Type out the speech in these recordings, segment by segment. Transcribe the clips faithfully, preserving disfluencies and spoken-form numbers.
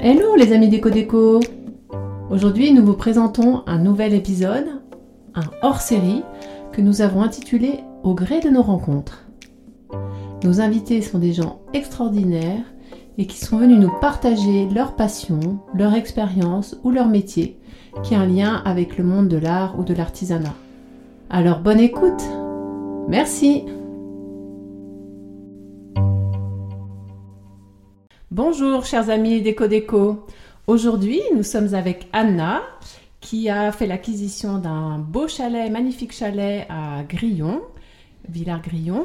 Hello les amis d'Eco Déco. Aujourd'hui nous vous présentons un nouvel épisode, un hors-série que nous avons intitulé Au gré de nos rencontres. Nos invités sont des gens extraordinaires et qui sont venus nous partager leur passion, leur expérience ou leur métier qui a un lien avec le monde de l'art ou de l'artisanat. Alors bonne écoute. Merci. Bonjour chers amis d'Eco Déco. Aujourd'hui, nous sommes avec Anna qui a fait l'acquisition d'un beau chalet, magnifique chalet à Grillon, Villars-Grillon,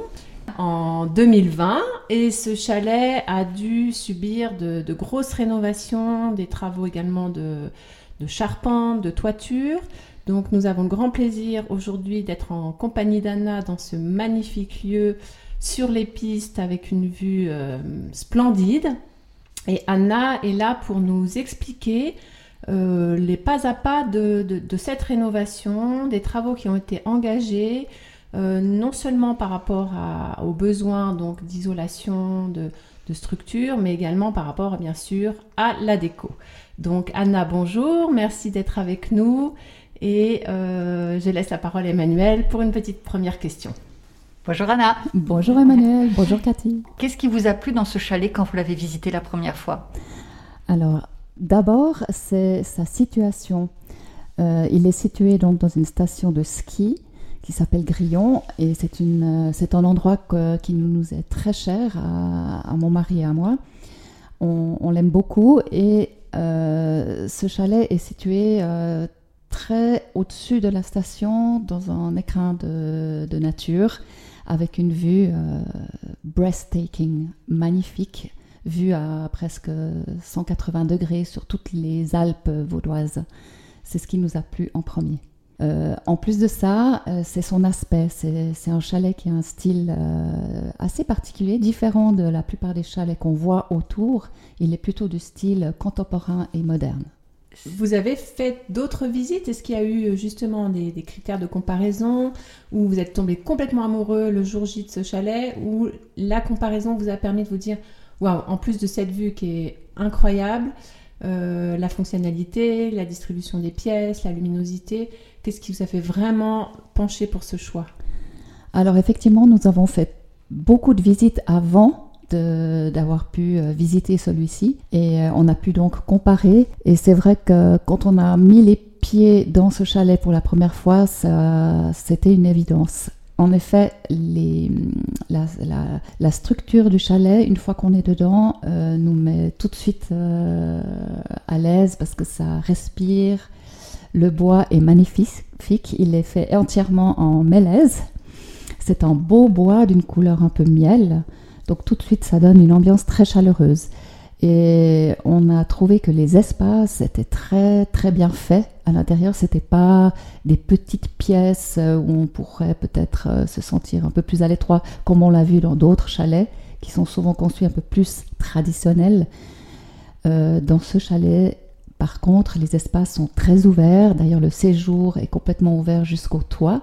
en deux mille vingt. Et ce chalet a dû subir de, de grosses rénovations, des travaux également de, de charpente, de toiture. Donc nous avons le grand plaisir aujourd'hui d'être en compagnie d'Anna dans ce magnifique lieu sur les pistes avec une vue euh, splendide. Et Anna est là pour nous expliquer euh, les pas à pas de, de, de cette rénovation, des travaux qui ont été engagés, euh, non seulement par rapport à, aux besoins donc, d'isolation, de, de structure, mais également par rapport, bien sûr, à la déco. Donc Anna, bonjour, merci d'être avec nous et euh, je laisse la parole à Emmanuel pour une petite première question. Bonjour Anna. Bonjour Emmanuel, bonjour Cathy. Qu'est-ce qui vous a plu dans ce chalet quand vous l'avez visité la première fois ? Alors, d'abord, c'est sa situation. Euh, il est situé donc dans une station de ski qui s'appelle Grillon et c'est, une, c'est un endroit que, qui nous est très cher à, à mon mari et à moi. On, on l'aime beaucoup et euh, ce chalet est situé euh, très au-dessus de la station dans un écrin de, de nature, avec une vue euh, breathtaking, magnifique, vue à presque cent quatre-vingts degrés sur toutes les Alpes vaudoises. C'est ce qui nous a plu en premier. Euh, en plus de ça, euh, c'est son aspect. C'est, c'est un chalet qui a un style euh, assez particulier, différent de la plupart des chalets qu'on voit autour. Il est plutôt du style contemporain et moderne. Vous avez fait d'autres visites ? Est-ce qu'il y a eu justement des, des critères de comparaison où vous êtes tombé complètement amoureux le jour J de ce chalet, ou la comparaison vous a permis de vous dire waouh, en plus de cette vue qui est incroyable, euh, la fonctionnalité, la distribution des pièces, la luminosité, qu'est-ce qui vous a fait vraiment pencher pour ce choix ? Alors effectivement, nous avons fait beaucoup de visites avant De, d'avoir pu visiter celui-ci et on a pu donc comparer et c'est vrai que quand on a mis les pieds dans ce chalet pour la première fois, ça, c'était une évidence. En effet, les, la, la, la structure du chalet, une fois qu'on est dedans, euh, nous met tout de suite euh, à l'aise parce que ça respire. Le bois est magnifique, il est fait entièrement en mélèze. C'est un beau bois d'une couleur un peu miel. Donc tout de suite, ça donne une ambiance très chaleureuse. Et on a trouvé que les espaces étaient très très bien faits. À l'intérieur, c'était pas des petites pièces où on pourrait peut-être se sentir un peu plus à l'étroit, comme on l'a vu dans d'autres chalets, qui sont souvent conçus un peu plus traditionnels. Euh, dans ce chalet, par contre, les espaces sont très ouverts. D'ailleurs, le séjour est complètement ouvert jusqu'au toit.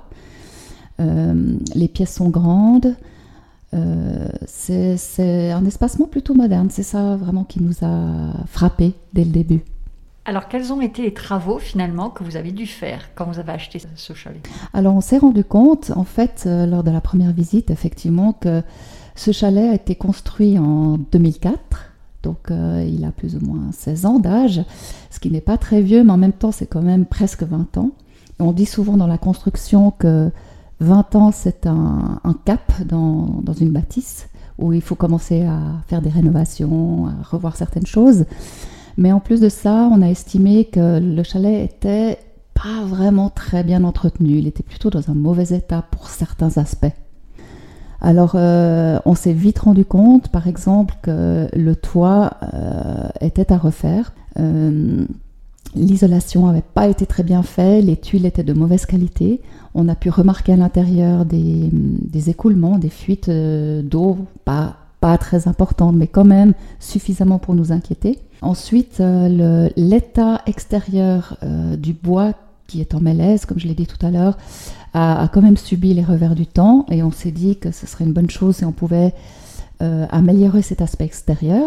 Euh, les pièces sont grandes. Euh, c'est, c'est un espacement plutôt moderne, c'est ça vraiment qui nous a frappé dès le début. Alors quels ont été les travaux finalement que vous avez dû faire quand vous avez acheté ce chalet ? Alors on s'est rendu compte en fait euh, lors de la première visite effectivement que ce chalet a été construit en deux mille quatre, donc euh, il a plus ou moins seize ans d'âge, ce qui n'est pas très vieux mais en même temps c'est quand même presque vingt ans. Et on dit souvent dans la construction que vingt ans, c'est un, un cap dans, dans une bâtisse où il faut commencer à faire des rénovations, à revoir certaines choses. Mais en plus de ça, on a estimé que le chalet était pas vraiment très bien entretenu. Il était plutôt dans un mauvais état pour certains aspects. Alors, euh, on s'est vite rendu compte, par exemple, que le toit euh, était à refaire. Euh, L'isolation n'avait pas été très bien faite, les tuiles étaient de mauvaise qualité. On a pu remarquer à l'intérieur des, des écoulements, des fuites d'eau, pas, pas très importantes, mais quand même suffisamment pour nous inquiéter. Ensuite, euh, le, l'état extérieur euh, du bois, qui est en mélèze, comme je l'ai dit tout à l'heure, a, a quand même subi les revers du temps et on s'est dit que ce serait une bonne chose si on pouvait euh, améliorer cet aspect extérieur.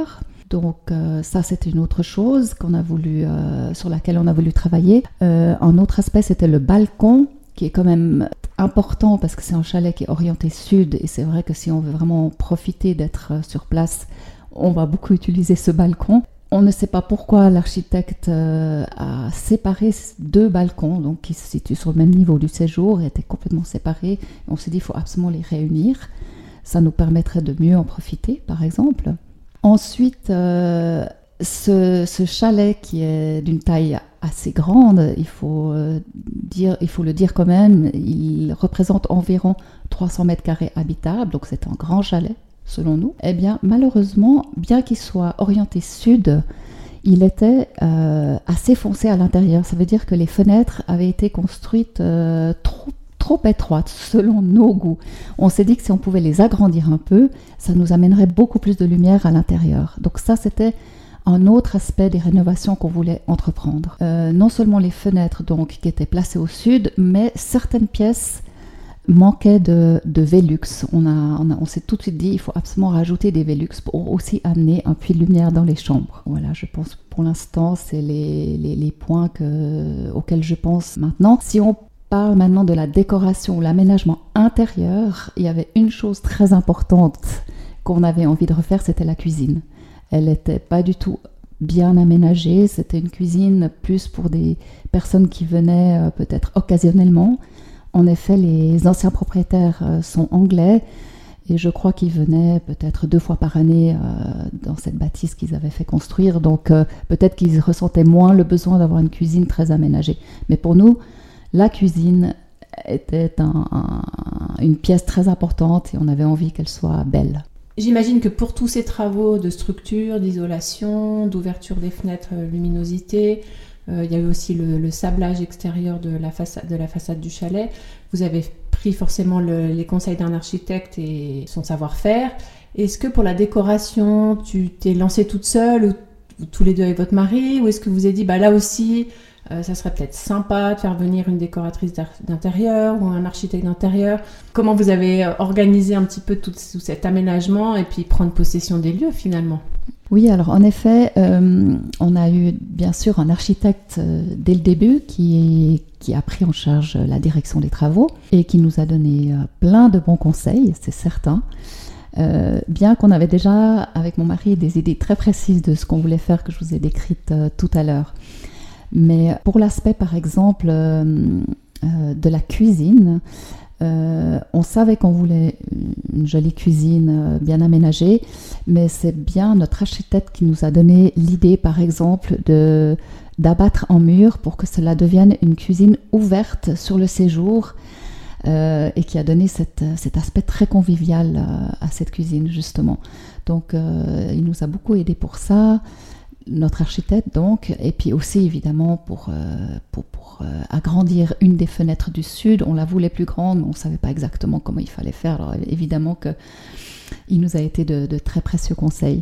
Donc euh, ça, c'était une autre chose qu'on a voulu, euh, sur laquelle on a voulu travailler. Euh, un autre aspect, c'était le balcon, qui est quand même important parce que c'est un chalet qui est orienté sud. Et c'est vrai que si on veut vraiment profiter d'être sur place, on va beaucoup utiliser ce balcon. On ne sait pas pourquoi l'architecte euh, a séparé deux balcons, donc qui se situent sur le même niveau du séjour, et étaient complètement séparés. On s'est dit qu'il faut absolument les réunir. Ça nous permettrait de mieux en profiter, par exemple. Ensuite, euh, ce, ce chalet qui est d'une taille assez grande, il faut, euh, dire, il faut le dire quand même, il représente environ trois cents mètres carrés habitables, donc c'est un grand chalet selon nous. Eh bien, malheureusement, bien qu'il soit orienté sud, il était euh, assez foncé à l'intérieur. Ça veut dire que les fenêtres avaient été construites euh, trop trop étroites selon nos goûts. On s'est dit que si on pouvait les agrandir un peu, ça nous amènerait beaucoup plus de lumière à l'intérieur. Donc ça, c'était un autre aspect des rénovations qu'on voulait entreprendre. Euh, non seulement les fenêtres donc, qui étaient placées au sud, mais certaines pièces manquaient de, de Velux. On, a, on, a, on s'est tout de suite dit qu'il faut absolument rajouter des Velux pour aussi amener un puits de lumière dans les chambres. Voilà, je pense pour l'instant, c'est les, les, les points que, auxquels je pense maintenant. Si on parle maintenant de la décoration ou l'aménagement intérieur, il y avait une chose très importante qu'on avait envie de refaire, c'était la cuisine. Elle n'était pas du tout bien aménagée, c'était une cuisine plus pour des personnes qui venaient euh, peut-être occasionnellement. En effet, les anciens propriétaires euh, sont anglais et je crois qu'ils venaient peut-être deux fois par année euh, dans cette bâtisse qu'ils avaient fait construire. Donc euh, peut-être qu'ils ressentaient moins le besoin d'avoir une cuisine très aménagée. Mais pour nous, la cuisine était un, un, une pièce très importante et on avait envie qu'elle soit belle. J'imagine que pour tous ces travaux de structure, d'isolation, d'ouverture des fenêtres, luminosité, euh, il y a eu aussi le, le sablage extérieur de la, façade, de la façade du chalet. Vous avez pris forcément le, les conseils d'un architecte et son savoir-faire. Est-ce que pour la décoration, tu t'es lancée toute seule ou, ou tous les deux avec votre mari, ou est-ce que vous avez dit, bah là aussi, Euh, ça serait peut-être sympa de faire venir une décoratrice d'intérieur ou un architecte d'intérieur? Comment vous avez organisé un petit peu tout, tout cet aménagement et puis prendre possession des lieux finalement? Oui, alors en effet, euh, on a eu bien sûr un architecte euh, dès le début qui, qui a pris en charge la direction des travaux et qui nous a donné euh, plein de bons conseils, c'est certain. Euh, bien qu'on avait déjà, avec mon mari, des idées très précises de ce qu'on voulait faire que je vous ai décrites euh, tout à l'heure. Mais pour l'aspect, par exemple, euh, euh, de la cuisine, euh, on savait qu'on voulait une jolie cuisine euh, bien aménagée, mais c'est bien notre architecte qui nous a donné l'idée, par exemple, de, d'abattre en mur pour que cela devienne une cuisine ouverte sur le séjour euh, et qui a donné cette, cet aspect très convivial euh, à cette cuisine, justement. Donc, euh, il nous a beaucoup aidé pour ça. Notre architecte donc, et puis aussi évidemment pour, euh, pour, pour euh, agrandir une des fenêtres du sud. On la voulait plus grande, mais on ne savait pas exactement comment il fallait faire. Alors évidemment qu'il nous a été de, de très précieux conseils.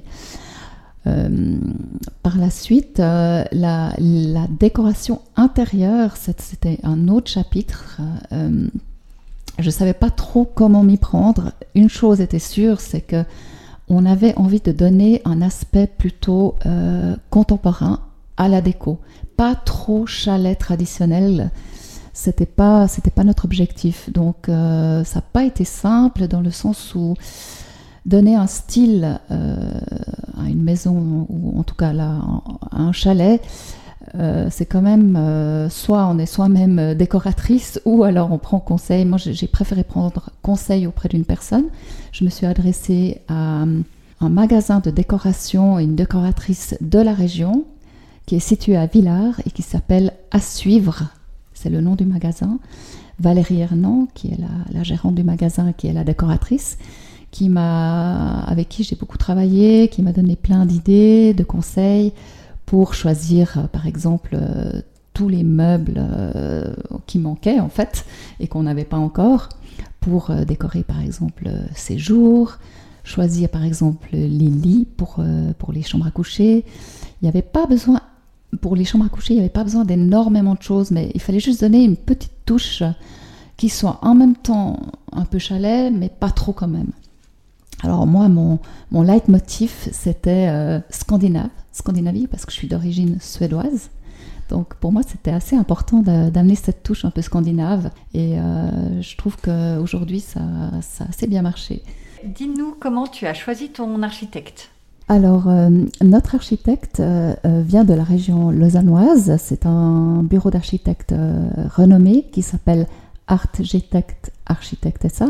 Euh, par la suite, euh, la, la décoration intérieure, c'était un autre chapitre. Euh, je ne savais pas trop comment m'y prendre. Une chose était sûre, c'est que on avait envie de donner un aspect plutôt euh, contemporain à la déco. Pas trop chalet traditionnel, c'était pas, c'était pas notre objectif. Donc euh, ça n'a pas été simple dans le sens où donner un style euh, à une maison, ou en tout cas là, à un chalet, euh, c'est quand même, euh, soit on est soi-même décoratrice, ou alors on prend conseil. Moi j'ai préféré prendre conseil auprès d'une personne. Je me suis adressée à un magasin de décoration et une décoratrice de la région qui est située à Villars et qui s'appelle À Suivre, c'est le nom du magasin. Valérie Hernan, qui est la, la gérante du magasin, qui est la décoratrice, qui m'a, avec qui j'ai beaucoup travaillé, qui m'a donné plein d'idées, de conseils pour choisir par exemple euh, tous les meubles euh, qui manquaient en fait et qu'on n'avait pas encore, pour euh, décorer par exemple euh, séjour, choisir par exemple les lits pour, euh, pour les chambres à coucher. Il n'y avait pas besoin, pour les chambres à coucher, il n'y avait pas besoin d'énormément de choses, mais il fallait juste donner une petite touche qui soit en même temps un peu chalet, mais pas trop quand même. Alors moi, mon, mon leitmotiv, c'était euh, Scandinave, Scandinavie, parce que je suis d'origine suédoise. Donc pour moi, c'était assez important de, d'amener cette touche un peu scandinave. Et euh, je trouve qu'aujourd'hui, ça, ça a assez bien marché. Dis-nous comment tu as choisi ton architecte. Alors, euh, notre architecte euh, vient de la région lausannoise. C'est un bureau d'architectes euh, renommé qui s'appelle Artgitect Architect S A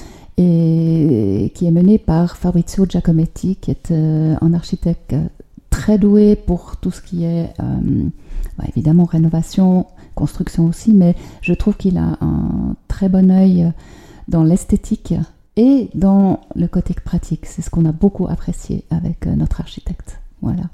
et qui est mené par Fabrizio Giacometti, qui est euh, un architecte très doué pour tout ce qui est euh, bah, évidemment rénovation, construction aussi, mais je trouve qu'il a un très bon œil dans l'esthétique et dans le côté pratique. C'est ce qu'on a beaucoup apprécié avec euh, notre architecte. Voilà.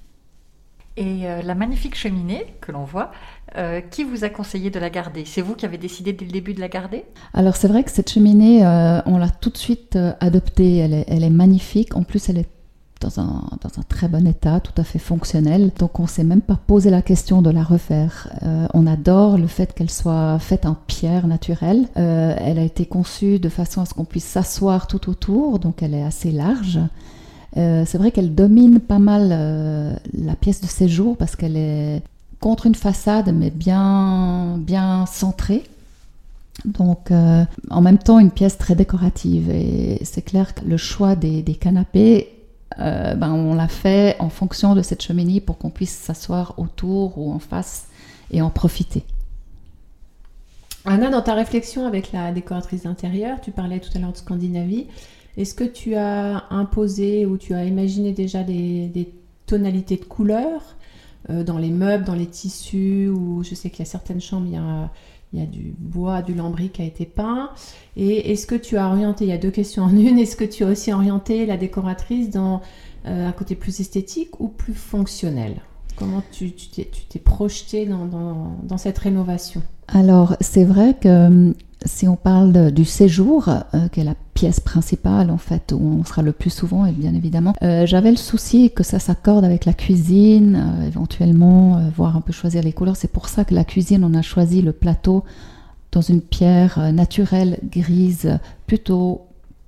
Et euh, la magnifique cheminée que l'on voit, euh, qui vous a conseillé de la garder ? C'est vous qui avez décidé dès le début de la garder ? Alors c'est vrai que cette cheminée, euh, on l'a tout de suite euh, adoptée. Elle est, elle est magnifique. En plus, elle est dans un, dans un très bon état, tout à fait fonctionnel. Donc on ne s'est même pas posé la question de la refaire. Euh, on adore le fait qu'elle soit faite en pierre naturelle. Euh, elle a été conçue de façon à ce qu'on puisse s'asseoir tout autour, donc elle est assez large. Euh, c'est vrai qu'elle domine pas mal euh, la pièce de séjour parce qu'elle est contre une façade mais bien, bien centrée. Donc euh, en même temps une pièce très décorative. Et c'est clair que le choix des, des canapés, Euh, ben on l'a fait en fonction de cette cheminée pour qu'on puisse s'asseoir autour ou en face et en profiter. Anna, dans ta réflexion avec la décoratrice d'intérieur, tu parlais tout à l'heure de Scandinavie. Est-ce que tu as imposé ou tu as imaginé déjà des, des tonalités de couleurs euh, dans les meubles, dans les tissus, ou je sais qu'il y a certaines chambres, il y a, il y a du bois, du lambris qui a été peint. Et est-ce que tu as orienté, il y a deux questions en une, est-ce que tu as aussi orienté la décoratrice dans euh, un côté plus esthétique ou plus fonctionnel ? Comment tu, tu, t'es, tu t'es projetée dans, dans, dans cette rénovation ? Alors, c'est vrai que si on parle de, du séjour, euh, qui est la pièce principale en fait, où on sera le plus souvent, et bien évidemment, euh, j'avais le souci que ça s'accorde avec la cuisine, euh, éventuellement, euh, voir un peu choisir les couleurs. C'est pour ça que la cuisine, on a choisi le plateau dans une pierre euh, naturelle, grise, plutôt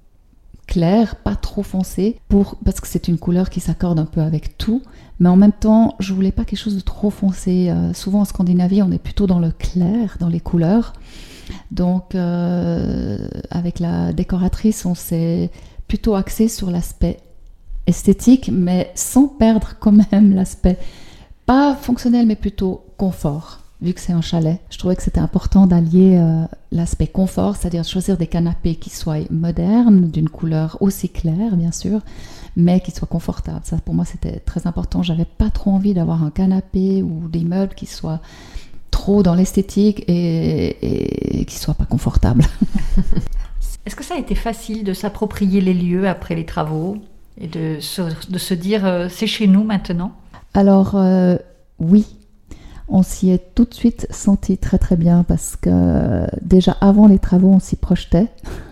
claire, pas trop foncée, pour, parce que c'est une couleur qui s'accorde un peu avec tout. Mais en même temps, je voulais pas quelque chose de trop foncé. Euh, souvent en Scandinavie, on est plutôt dans le clair, dans les couleurs. Donc, euh, avec la décoratrice, on s'est plutôt axé sur l'aspect esthétique, mais sans perdre quand même l'aspect pas fonctionnel, mais plutôt confort. Vu que c'est un chalet, je trouvais que c'était important d'allier euh, l'aspect confort, c'est-à-dire choisir des canapés qui soient modernes, d'une couleur aussi claire, bien sûr, mais qui soient confortables. Ça, pour moi, c'était très important. J'avais pas trop envie d'avoir un canapé ou des meubles qui soient trop dans l'esthétique et, et qui soient pas confortables. Est-ce que ça a été facile de s'approprier les lieux après les travaux et de se, de se dire euh, c'est chez nous maintenant ? Alors, euh, oui. On s'y est tout de suite senti très très bien parce que déjà avant les travaux, on s'y projetait.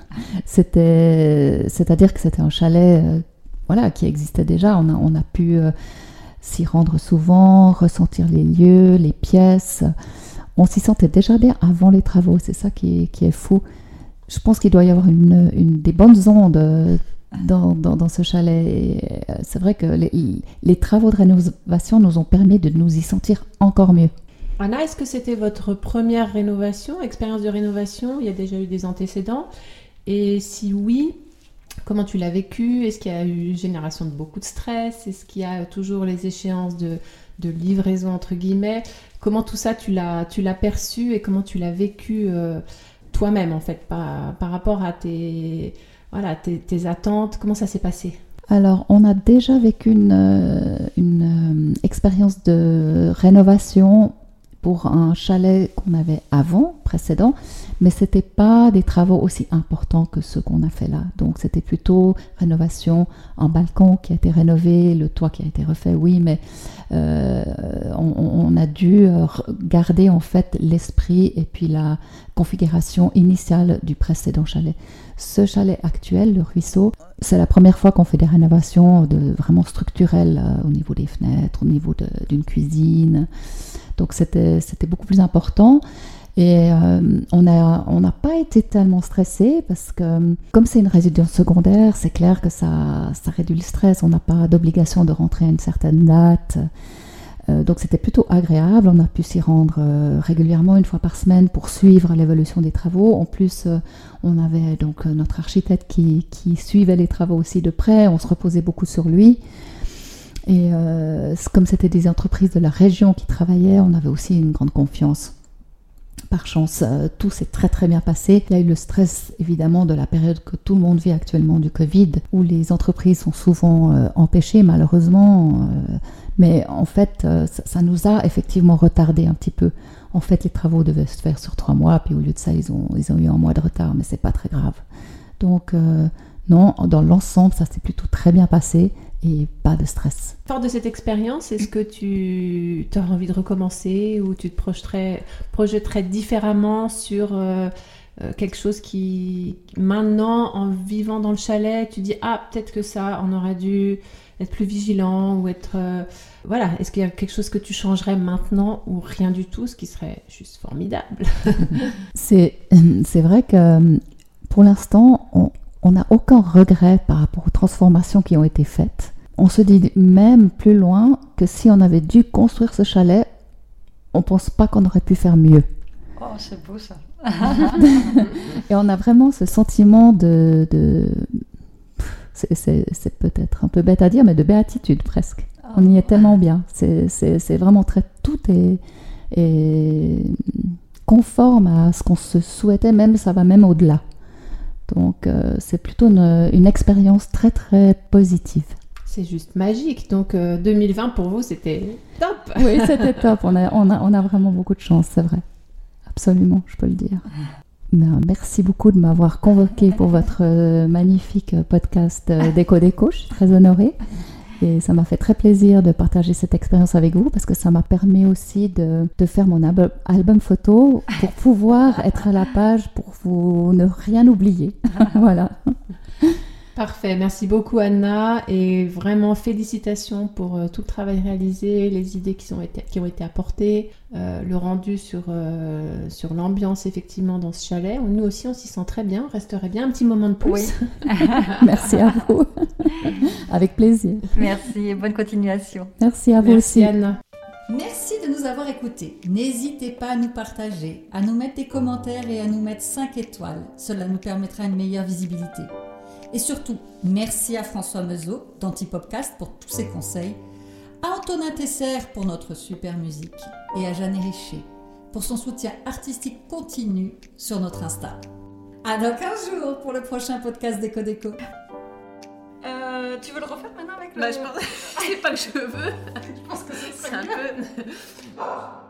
C'était, c'est-à-dire que c'était un chalet euh, voilà, qui existait déjà. On a, on a pu euh, s'y rendre souvent, ressentir les lieux, les pièces. On s'y sentait déjà bien avant les travaux. C'est ça qui est, qui est fou. Je pense qu'il doit y avoir une, une, des bonnes ondes dans, dans, dans ce chalet. Et c'est vrai que les, les travaux de rénovation nous ont permis de nous y sentir encore mieux. Anna, est-ce que c'était votre première rénovation, expérience de rénovation ? Il y a déjà eu des antécédents. Et si oui, comment tu l'as vécu ? Est-ce qu'il y a eu génération de beaucoup de stress ? Est-ce qu'il y a toujours les échéances de, de livraison, entre guillemets ? Comment tout ça, tu l'as, tu l'as perçu et comment tu l'as vécu euh, toi-même, en fait, par, par rapport à tes... Voilà, tes, tes attentes, comment ça s'est passé ? Alors, on a déjà vécu une, une euh, expérience de rénovation pour un chalet qu'on avait avant, précédent, mais ce n'était pas des travaux aussi importants que ceux qu'on a fait là. Donc, c'était plutôt rénovation, un balcon qui a été rénové, le toit qui a été refait, oui, mais euh, on, on a dû garder en fait l'esprit et puis la configuration initiale du précédent chalet. Ce chalet actuel, le Ruisseau, c'est la première fois qu'on fait des rénovations de, vraiment structurelles euh, au niveau des fenêtres, au niveau de, d'une cuisine. Donc c'était, c'était beaucoup plus important. Et euh, on n'a on n'a pas été tellement stressés parce que comme c'est une résidence secondaire, c'est clair que ça, ça réduit le stress. On n'a pas d'obligation de rentrer à une certaine date. Euh, donc c'était plutôt agréable. On a pu s'y rendre euh, régulièrement, une fois par semaine, pour suivre l'évolution des travaux. En plus, euh, on avait donc euh, notre architecte qui, qui suivait les travaux aussi de près. On se reposait beaucoup sur lui. Et euh, comme c'était des entreprises de la région qui travaillaient, on avait aussi une grande confiance. Par chance, euh, tout s'est très très bien passé. Il y a eu le stress évidemment de la période que tout le monde vit actuellement du Covid, où les entreprises sont souvent euh, empêchées malheureusement. Euh, mais en fait, euh, ça, ça nous a effectivement retardé un petit peu. En fait, les travaux devaient se faire sur trois mois, puis au lieu de ça, ils ont, ils ont eu un mois de retard, mais c'est pas très grave. Donc euh, non, dans l'ensemble, ça s'est plutôt très bien passé. Et pas de stress. Fort de cette expérience, est-ce que tu auras envie de recommencer ou tu te projetterais, projetterais différemment sur euh, euh, quelque chose qui, maintenant, en vivant dans le chalet, tu dis « Ah, peut-être que ça, on aurait dû être plus vigilant ou être... Euh, » Voilà, est-ce qu'il y a quelque chose que tu changerais maintenant ou rien du tout, ce qui serait juste formidable? c'est, c'est vrai que pour l'instant, on... On n'a aucun regret par rapport aux transformations qui ont été faites. On se dit même plus loin que si on avait dû construire ce chalet, on ne pense pas qu'on aurait pu faire mieux. Oh, c'est beau ça. Et on a vraiment ce sentiment de... de c'est, c'est, c'est peut-être un peu bête à dire, mais de béatitude presque. Oh. On y est tellement bien. C'est, c'est, c'est vraiment très... Tout est, est conforme à ce qu'on se souhaitait, même ça va même au-delà. Donc, euh, c'est plutôt une, une expérience très, très positive. C'est juste magique. Donc, euh, deux mille vingt, pour vous, c'était top. Oui, c'était top. On a, on, a, on a vraiment beaucoup de chance, c'est vrai. Absolument, je peux le dire. Ben, merci beaucoup de m'avoir convoqué pour votre euh, magnifique podcast euh, Déco Déco. Je suis très honorée. Et ça m'a fait très plaisir de partager cette expérience avec vous parce que ça m'a permis aussi de, de faire mon album, album photo pour pouvoir être à la page, pour vous ne rien oublier. Voilà. Parfait. Merci beaucoup, Anna. Et vraiment, félicitations pour euh, tout le travail réalisé, les idées qui ont été, qui ont été apportées, euh, le rendu sur, euh, sur l'ambiance, effectivement, dans ce chalet. Nous aussi, on s'y sent très bien. On resterait bien un petit moment de plus. Oui. Merci à vous. Avec plaisir. Merci et bonne continuation. Merci à vous Merci, aussi. Anna. Merci de nous avoir écoutés. N'hésitez pas à nous partager, à nous mettre des commentaires et à nous mettre cinq étoiles. Cela nous permettra une meilleure visibilité. Et surtout, merci à François Meuseau d'Antipopcast pour tous ses conseils, à Antonin Tesser pour notre super musique et à Jeanne Richer pour son soutien artistique continu sur notre Insta. À dans quinze jours pour le prochain podcast Déco Déco. Euh, tu veux le refaire maintenant avec le... Bah, je pense... c'est pas que je veux. Je pense que ce serait C'est un peu...